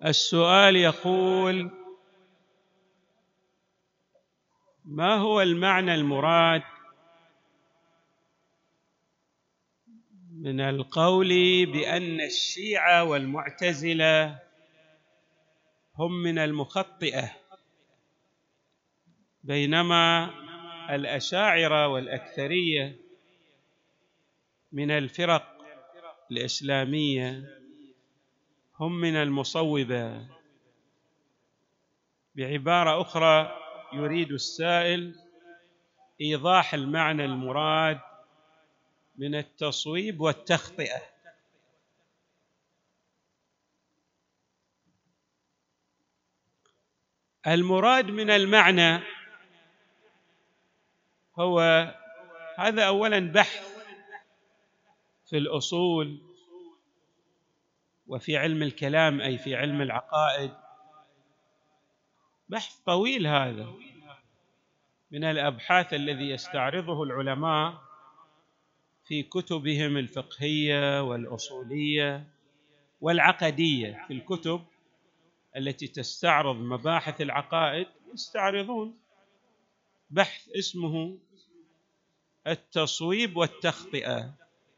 السؤال يقول: ما هو المعنى المراد من القول بأن الشيعة والمعتزلة هم من المخطئة، بينما الأشاعرة والأكثرية من الفرق الإسلامية هم من المصوبة؟ بعبارة أخرى، يريد السائل إيضاح المعنى المراد من التصويب والتخطئة. المراد من المعنى هو هذا أولاً بحث في الأصول وفي علم الكلام، أي في علم العقائد، بحث طويل. هذا من الأبحاث الذي يستعرضه العلماء في كتبهم الفقهية والأصولية والعقدية. في الكتب التي تستعرض مباحث العقائد يستعرضون بحث اسمه التصويب والتخطئة،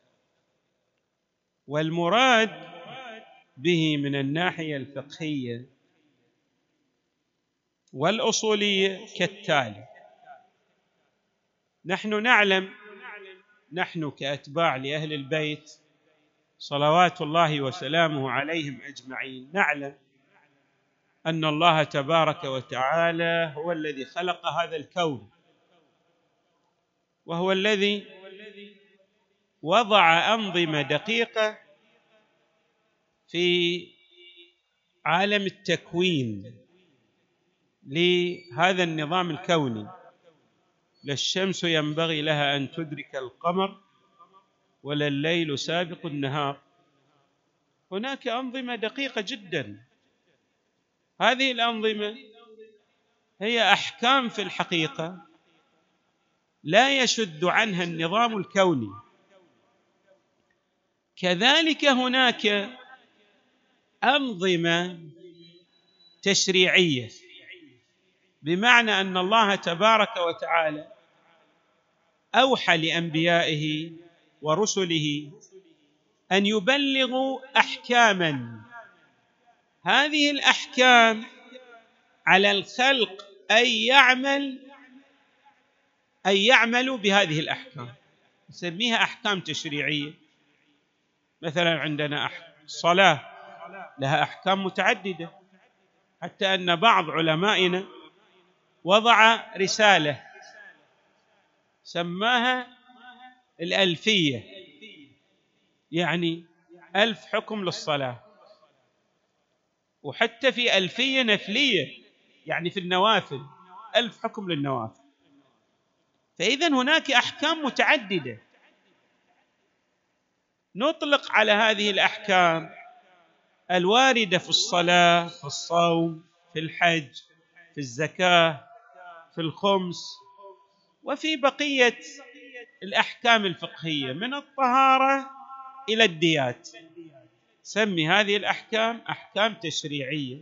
والمراد به من الناحية الفقهية والأصولية كالتالي: نحن نعلم، نحن كأتباع لأهل البيت صلوات الله وسلامه عليهم أجمعين، نعلم أن الله تبارك وتعالى هو الذي خلق هذا الكون، وهو الذي وضع أنظمة دقيقة في عالم التكوين لهذا النظام الكوني. لا الشمس ينبغي لها أن تدرك القمر ولا الليل سابق النهار. هناك أنظمة دقيقة جدا. هذه الأنظمة هي أحكام في الحقيقة لا يشد عنها النظام الكوني. كذلك هناك أنظمة تشريعية، بمعنى أن الله تبارك وتعالى أوحى لأنبيائه ورسله أن يبلغوا أحكاماً. هذه الأحكام على الخلق أن يعملوا بهذه الأحكام، نسميها أحكام تشريعية. مثلاً عندنا الصلاة لها أحكام متعددة، حتى أن بعض علمائنا وضع رسالة سماها الألفية، يعني 1000 حكم للصلاة. وحتى في ألفية نفلية، يعني في النوافل 1000 حكم للنوافل. فإذن هناك أحكام متعددة نطلق على هذه الأحكام الواردة في الصلاة، في الصوم، في الحج، في الزكاة، في الخمس، وفي بقية الأحكام الفقهية من الطهارة إلى الديات. سمي هذه الأحكام أحكام تشريعية.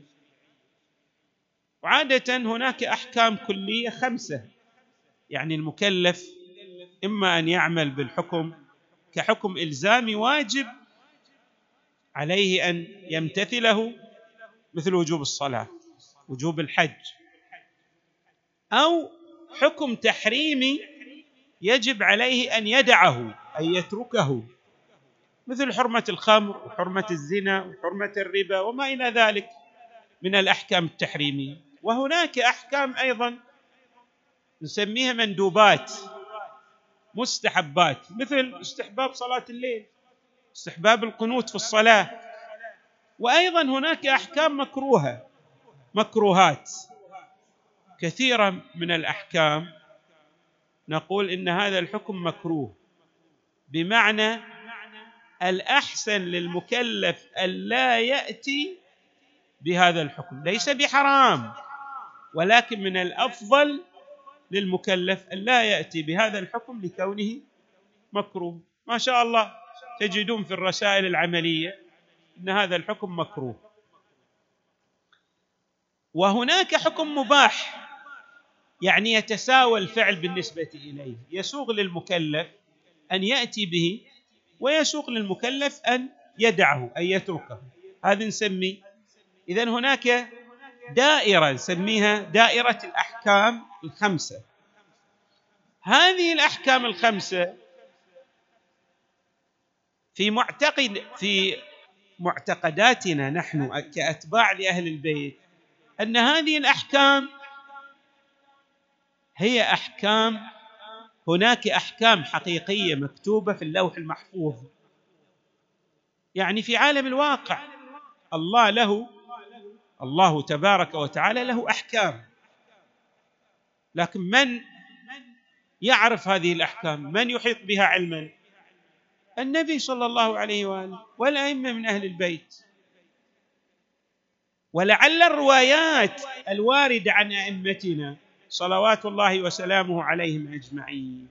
وعادة هناك أحكام كلية 5، يعني المكلف إما أن يعمل بالحكم كحكم إلزامي واجب عليه أن يمتثله، مثل وجوب الصلاة، وجوب الحج، أو حكم تحريمي يجب عليه أن يدعه، أن يتركه، مثل حرمة الخمر وحرمة الزنا وحرمة الربا وما إلى ذلك من الأحكام التحريمية. وهناك أحكام أيضا نسميها مندوبات، مستحبات، مثل استحباب صلاة الليل، استحباب القنوت في الصلاة. وأيضا هناك أحكام مكروهات. كثيرا من الأحكام نقول إن هذا الحكم مكروه، بمعنى الأحسن للمكلف ألا يأتي بهذا الحكم، ليس بحرام، ولكن من الأفضل للمكلف ألا يأتي بهذا الحكم لكونه مكروه. ما شاء الله تجدون في الرسائل العملية أن هذا الحكم مكروه. وهناك حكم مباح، يعني يتساوى الفعل بالنسبة إليه، يسوغ للمكلف أن يأتي به ويسوغ للمكلف أن يدعه أن يتركه. هذا نسمي، إذن هناك دائرة نسميها دائرة الأحكام الخمسة. هذه الأحكام الخمسة في معتقداتنا نحن كأتباع لأهل البيت أن هذه الأحكام هي أحكام، هناك أحكام حقيقية مكتوبة في اللوح المحفوظ، يعني في عالم الواقع الله تبارك وتعالى له أحكام، لكن من يعرف هذه الأحكام؟ من يحيط بها علما؟ النبي صلى الله عليه وآله والأئمة من أهل البيت. ولعل الروايات الواردة عن أئمتنا صلوات الله وسلامه عليهم أجمعين،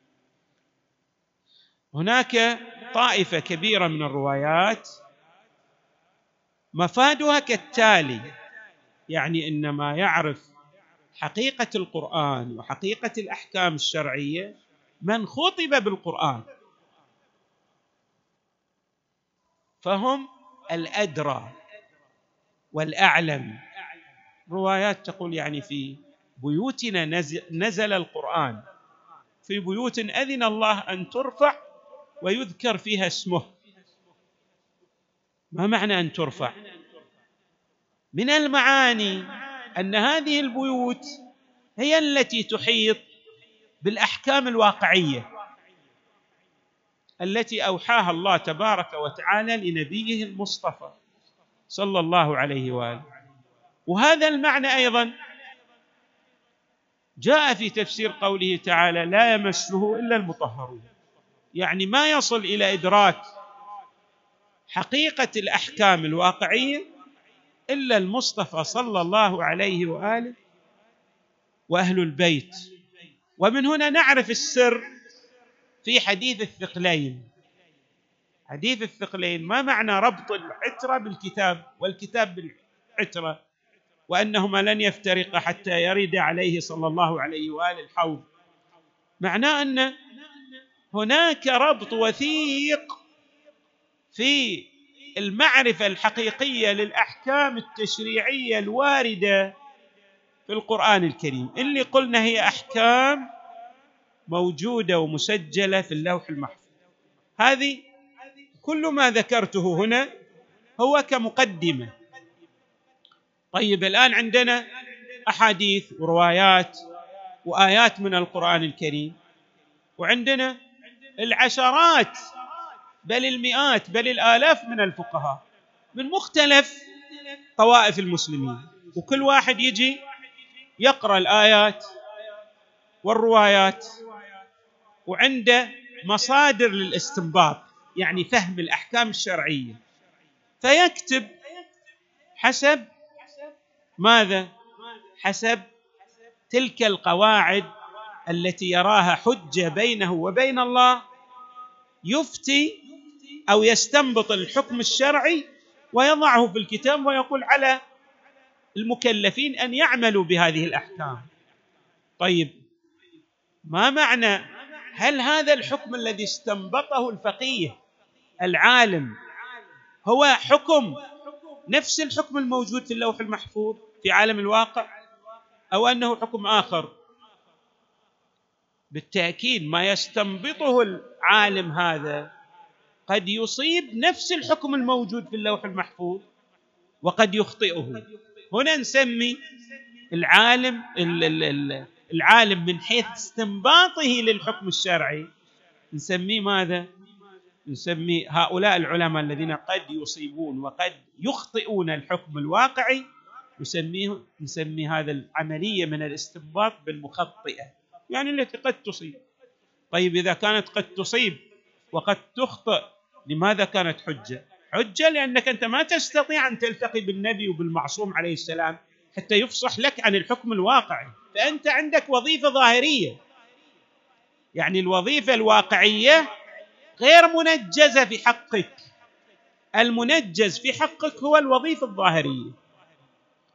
هناك طائفة كبيرة من الروايات مفادها كالتالي، يعني إنما يعرف حقيقة القرآن وحقيقة الأحكام الشرعية من خطب بالقرآن، فهم الأدرى والأعلم. روايات تقول يعني في بيوتنا نزل القرآن، في بيوت أذن الله أن ترفع ويذكر فيها اسمه. ما معنى أن ترفع؟ من المعاني أن هذه البيوت هي التي تحيط بالأحكام الواقعية التي أوحاها الله تبارك وتعالى لنبيه المصطفى صلى الله عليه وآله. وهذا المعنى أيضا جاء في تفسير قوله تعالى: لا يمسه إلا المطهرون، يعني ما يصل إلى إدراك حقيقة الأحكام الواقعية إلا المصطفى صلى الله عليه وآله وأهل البيت. ومن هنا نعرف السر في حديث الثقلين. حديث الثقلين ما معنى ربط العترة بالكتاب والكتاب بالعترة، وأنهما لن يفترقا حتى يرد عليه صلى الله عليه وآله الحوض؟ معناه أن هناك ربط وثيق في المعرفة الحقيقية للأحكام التشريعية الواردة في القرآن الكريم، اللي قلنا هي أحكام موجودة ومسجلة في اللوح المحفوظ. هذه كل ما ذكرته هنا هو كمقدمة. طيب، الآن عندنا أحاديث وروايات وآيات من القرآن الكريم، وعندنا العشرات بل المئات بل الآلاف من الفقهاء من مختلف طوائف المسلمين، وكل واحد يجي يقرأ الآيات والروايات وعنده مصادر للاستنباط، يعني فهم الأحكام الشرعية، فيكتب حسب ماذا؟ حسب تلك القواعد التي يراها حجة بينه وبين الله، يفتي أو يستنبط الحكم الشرعي ويضعه في الكتاب، ويقول على المكلفين أن يعملوا بهذه الأحكام. طيب، ما معنى؟ هل هذا الحكم الذي استنبطه الفقيه العالم هو حكم نفس الحكم الموجود في اللوح المحفوظ في عالم الواقع، أو أنه حكم آخر؟ بالتأكيد ما يستنبطه العالم هذا قد يصيب نفس الحكم الموجود في اللوح المحفوظ وقد يخطئه. هنا نسمي العالم من حيث استنباطه للحكم الشرعي نسميه ماذا؟ نسمي هؤلاء العلماء الذين قد يصيبون وقد يخطئون الحكم الواقعي، نسمي هذا العملية من الاستنباط بالمخطئة، يعني التي قد تصيب. طيب، إذا كانت قد تصيب وقد تخطئ، لماذا كانت حجة؟ حجة لأنك أنت ما تستطيع أن تلتقي بالنبي وبالمعصوم عليه السلام حتى يفصح لك عن الحكم الواقعي، فأنت عندك وظيفة ظاهرية، يعني الوظيفة الواقعية غير منجزة في حقك، المنجز في حقك هو الوظيفة الظاهرية.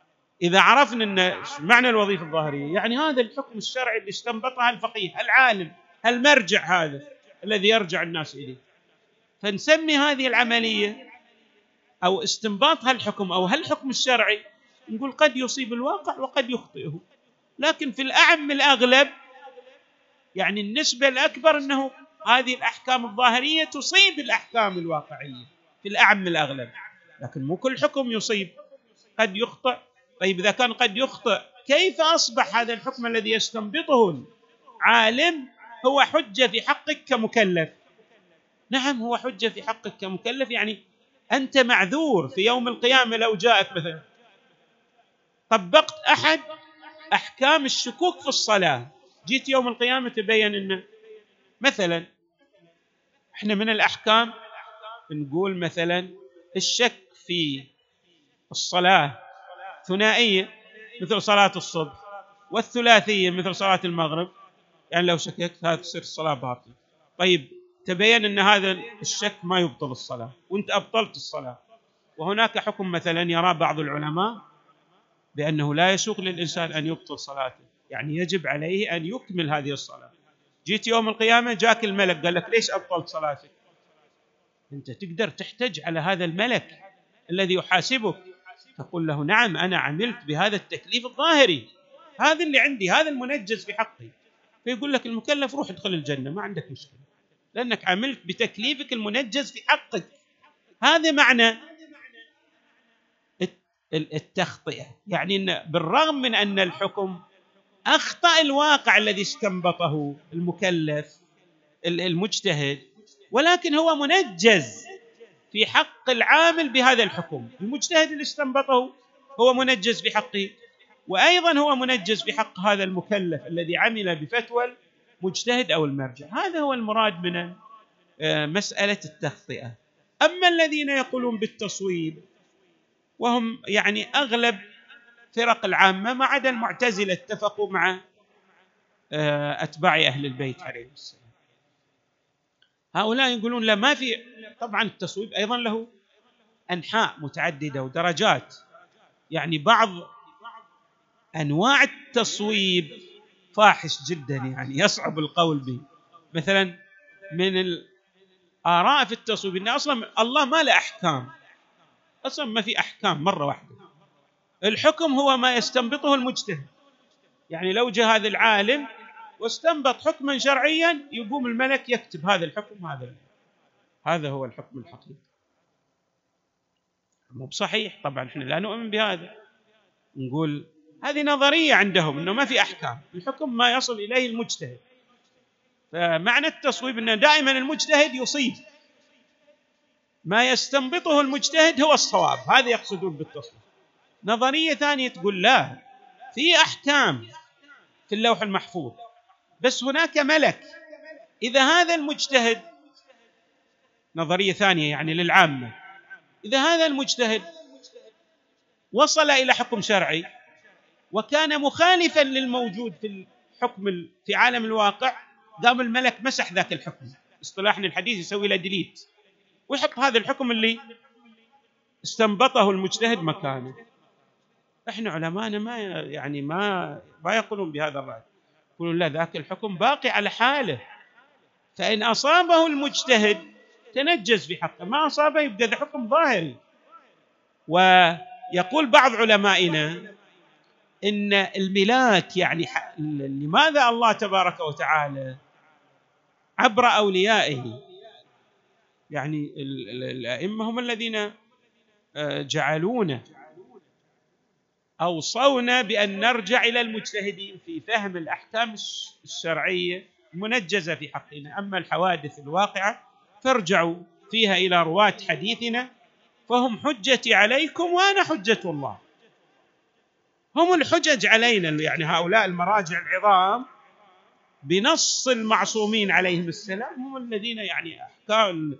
إذا عرفنا أن معنى الوظيفة الظاهرية يعني هذا الحكم الشرعي اللي استنبطها الفقيه العالم المرجع هذا الذي يرجع الناس إليه، فنسمي هذه العملية أو استنباط هالحكم أو هالحكم الشرعي نقول قد يصيب الواقع وقد يخطئه، لكن في الأعم الأغلب يعني النسبة الأكبر أنه هذه الأحكام الظاهرية تصيب الأحكام الواقعية في الأعم الأغلب، لكن مو كل حكم يصيب، قد يخطئ. طيب إذا كان قد يخطئ كيف أصبح هذا الحكم الذي يستنبطه العالم هو حجة في حقك كمكلف؟ نعم هو حجة في حقك كمكلف، يعني أنت معذور في يوم القيامة. لو جاءك مثلا طبقت أحد أحكام الشكوك في الصلاة، جيت يوم القيامة تبين أن مثلا احنا من الأحكام نقول مثلا الشك في الصلاة ثنائية مثل صلاة الصبح، والثلاثية مثل صلاة المغرب، يعني لو شككت هذا تصير الصلاة باطلة. طيب تبين أن هذا الشك ما يبطل الصلاة وانت أبطلت الصلاة، وهناك حكم مثلا يرى بعض العلماء بأنه لا يسوغ للإنسان أن يبطل صلاته، يعني يجب عليه أن يكمل هذه الصلاة. جيت يوم القيامة جاك الملك قال لك ليش أبطلت صلاتك؟ أنت تقدر تحتج على هذا الملك الذي يحاسبك، تقول له نعم أنا عملت بهذا التكليف الظاهري، هذا اللي عندي، هذا المنجز في حقي. فيقول لك المكلف روح ادخل الجنة ما عندك مشكلة، لأنك عملت بتكليفك المنجز في حقك. هذا معنى التخطئة، يعني إن بالرغم من أن الحكم أخطأ الواقع الذي استنبطه المكلف المجتهد، ولكن هو منجز في حق العامل بهذا الحكم. المجتهد اللي استنبطه هو منجز في حقه، وأيضا هو منجز في حق هذا المكلف الذي عمل بفتوى المجتهد أو المرجع. هذا هو المراد من مسألة التخطئة. أما الذين يقولون بالتصويب وهم يعني أغلب فرق العامة ما عدا المعتزلة اتفقوا مع أتباع أهل البيت عليهم السلام، هؤلاء يقولون لا ما في. طبعا التصويب أيضا له أنحاء متعددة ودرجات، يعني بعض أنواع التصويب فاحش جدا يعني يصعب القول به. مثلا من الآراء في التصويب أن أصلا الله ما له أحكام، أصلا ما في أحكام مرة واحدة، الحكم هو ما يستنبطه المجتهد. يعني لو جاء هذا العالم واستنبط حكما شرعيا يقوم الملك يكتب هذا الحكم هذا هو الحكم الحقيقي. مو بصحيح طبعا، احنا لا نؤمن بهذا، نقول هذه نظرية عندهم انه ما في احكام، الحكم ما يصل اليه المجتهد. فمعنى التصويب انه دائما المجتهد يصيب، ما يستنبطه المجتهد هو الصواب، هذا يقصدون بالتصويب. نظرية ثانية تقول لا، في احكام في اللوح المحفوظ بس هناك ملك، اذا هذا المجتهد، نظرية ثانية يعني للعامة، إذا هذا المجتهد وصل إلى حكم شرعي وكان مخالفا للموجود في الحكم في عالم الواقع، قام الملك مسح ذاك الحكم، اصطلاحنا الحديث يسوي له ديليت ويحط هذا الحكم اللي استنبطه المجتهد مكانه. احنا علماءنا ما يقولون بهذا الرأي، يقولون لا، ذاك الحكم باقي على حاله، فإن أصابه المجتهد تنجز في حقه، ما أصابه يبقى ذا حكم ظاهري. ويقول بعض علمائنا إن الملاك، يعني لماذا الله تبارك وتعالى عبر أوليائه، يعني الأئمة هم الذين جعلونا أوصونا بأن نرجع إلى المجتهدين في فهم الأحكام الشرعية المنجزة في حقنا، أما الحوادث الواقعة فارجعوا فيها إلى رواة حديثنا فهم حجتي عليكم وأنا حجة الله. هم الحجج علينا، يعني هؤلاء المراجع العظام بنص المعصومين عليهم السلام هم الذين يعني أحكام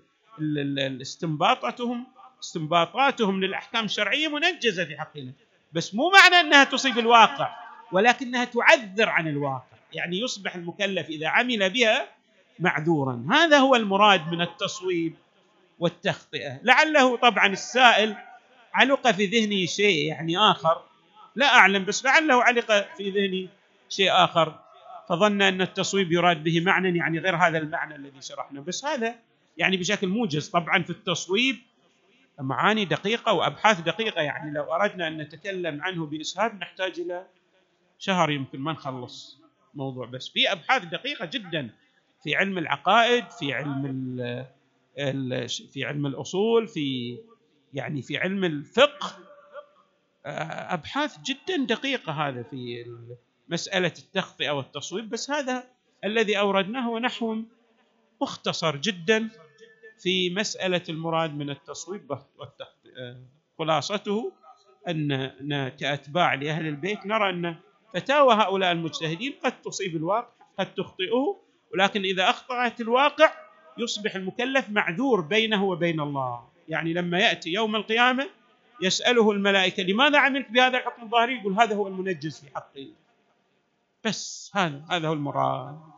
استنباطاتهم للأحكام الشرعية منجزة في حقنا، بس مو معنى أنها تصيب الواقع، ولكنها تعذر عن الواقع، يعني يصبح المكلف إذا عمل بها معذورا. هذا هو المراد من التصويب والتخطئة. لعله طبعا السائل علق في ذهنه شيء يعني آخر، لا أعلم، بس لعله علق في ذهني شيء آخر فظن أن التصويب يراد به معنى يعني غير هذا المعنى الذي شرحنا. بس هذا يعني بشكل موجز. طبعا في التصويب معاني دقيقة وأبحاث دقيقة، يعني لو أردنا أن نتكلم عنه بإسهاب نحتاج إلى شهر يمكن ما نخلص موضوع. بس في أبحاث دقيقة جدا في علم العقائد، في علم الأصول، في علم الفقه، أبحاث جدا دقيقة هذا في مسألة التخطئة والتصويب. بس هذا الذي أوردناه هو نحو مختصر جدا في مسألة المراد من التصويب والتخطئة. خلاصته أننا كأتباع لأهل البيت نرى أن فتاوى هؤلاء المجتهدين قد تصيب الواقع قد تخطئه، ولكن إذا أخطأت الواقع يصبح المكلف معذور بينه وبين الله. يعني لما يأتي يوم القيامة يسأله الملائكة لماذا عملت بهذا الحكم الظاهري، يقول هذا هو المنجز في حقي. بس هذا هو المراد.